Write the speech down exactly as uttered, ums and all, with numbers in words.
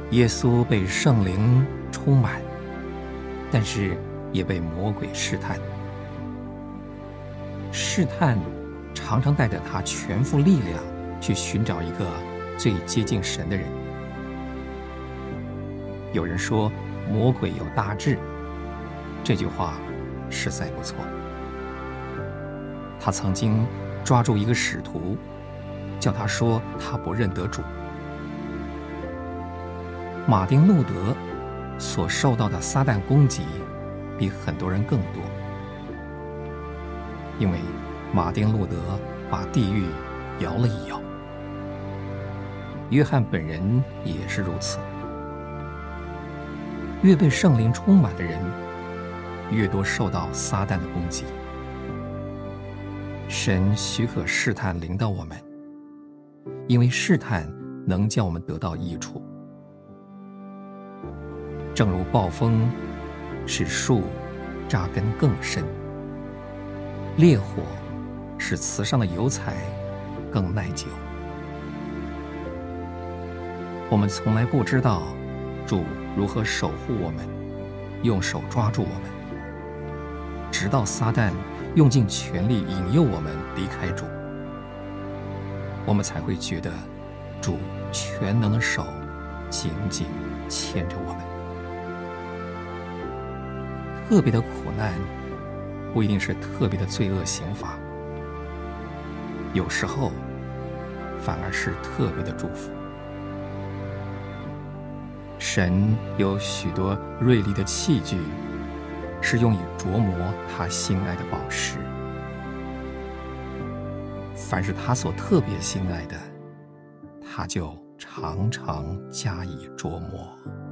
耶稣被圣灵充满，但是也被魔鬼试探。试探常常带着他全副力量去寻找一个最接近神的人。有人说魔鬼有大志，这句话实在不错。他曾经抓住一个使徒，叫他说他不认得主。马丁路德所受到的撒旦攻击比很多人更多，因为马丁路德把地狱摇了一摇。约翰本人也是如此。越被圣灵充满的人，越多受到撒旦的攻击。神许可试探临到我们，因为试探能叫我们得到益处。正如暴风使树扎根更深，烈火使瓷上的油彩更耐久。我们从来不知道主如何守护我们，用手抓住我们，直到撒旦用尽全力引诱我们离开主，我们才会觉得主全能的手紧紧牵着我们。特别的苦难不一定是特别的罪恶刑罚，有时候反而是特别的祝福。神有许多锐利的器具，是用以琢磨他心爱的宝石。凡是他所特别心爱的，他就常常加以琢磨。